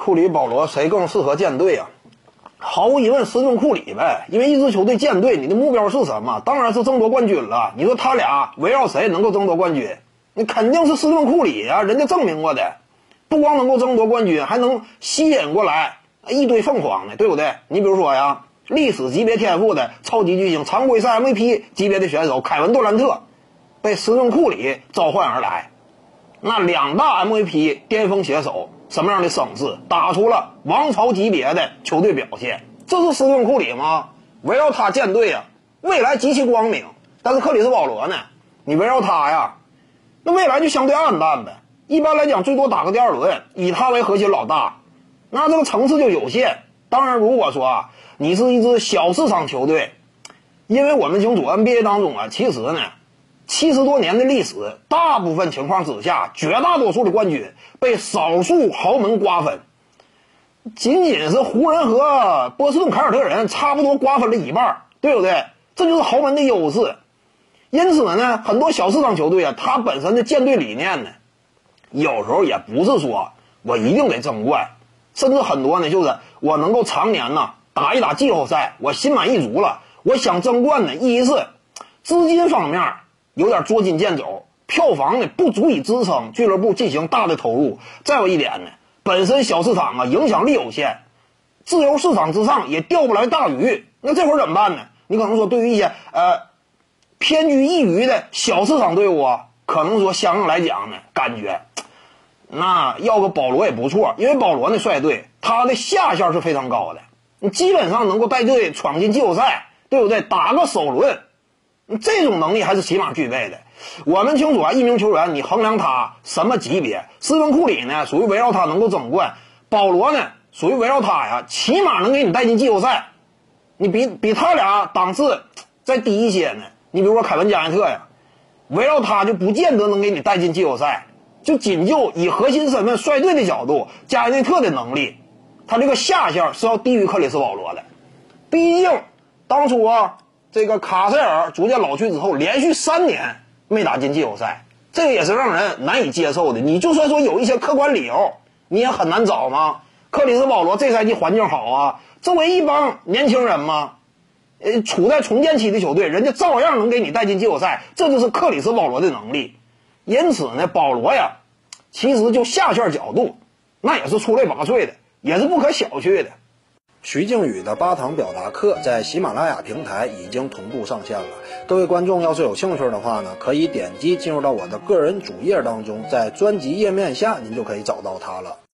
库里、保罗谁更适合建队啊？毫无疑问，斯顿库里呗。因为一支球队建队，你的目标是什么？当然是争夺冠军了。你说他俩围绕谁能够争夺冠军？你肯定是斯顿库里啊，人家证明过的，不光能够争夺冠军，还能吸引过来一堆凤凰的，对不对？你比如说呀，历史级别天赋的超级巨星、常规赛 MVP 级别的选手凯文杜兰特，被斯顿库里召唤而来。那两大 MVP 巅峰携手，什么样的声势，打出了王朝级别的球队表现，这是斯顿库里吗？围绕他建队啊，未来极其光明。但是克里斯保罗呢，你围绕他呀，那未来就相对暗淡呗。一般来讲，最多打个第二轮，以他为核心老大，那这个层次就有限。当然，如果说啊，你是一支小市场球队，因为我们清楚 NBA 当中啊，其实呢，70多年的历史，大部分情况之下，绝大多数的冠军被少数豪门瓜分，仅仅是湖人和波士顿凯尔特人差不多瓜分了一半，对不对？这就是豪门的优势。因此呢，很多小市场球队啊，他本身的建队理念呢，有时候也不是说我一定得争冠，甚至很多呢，就是我能够常年呢打一打季后赛，我心满意足了。我想争冠呢，一是资金方面有点捉襟见肘，票房呢不足以支撑俱乐部进行大的投入。再有一点呢，本身小市场啊影响力有限，自由市场之上也钓不来大鱼。那这会儿怎么办呢？你可能说对于一些偏居一隅的小市场队伍啊，可能说相应来讲呢，感觉那要个保罗也不错，因为保罗呢率队，他的下限是非常高的，你基本上能够带队闯进季后赛，对不对？打个首轮，这种能力还是起码具备的。我们清楚啊，一名球员你衡量他什么级别？斯文库里呢，属于围绕他能够争冠；保罗呢，属于围绕他呀，起码能给你带进季后赛。你比他俩档次再低一些呢。你比如说凯文加内特呀，围绕他就不见得能给你带进季后赛。就仅就以核心身份率队的角度，加内特的能力，他这个下限是要低于克里斯保罗的。毕竟当初啊，这个卡塞尔逐渐老去之后，连续3年没打进季后赛，这个也是让人难以接受的。你就算说有一些客观理由，你也很难找吗？克里斯保罗这赛季环境好啊，作为一帮年轻人嘛，处在重建期的球队，人家照样能给你带进季后赛，这就是克里斯保罗的能力。因此呢，保罗呀，其实就下线角度，那也是出类拔萃的，也是不可小觑的。 徐静宇的8堂表达课在喜马拉雅平台已经同步上线了，各位观众要是有兴趣的话呢，可以点击进入到我的个人主页当中，在专辑页面下您就可以找到它了。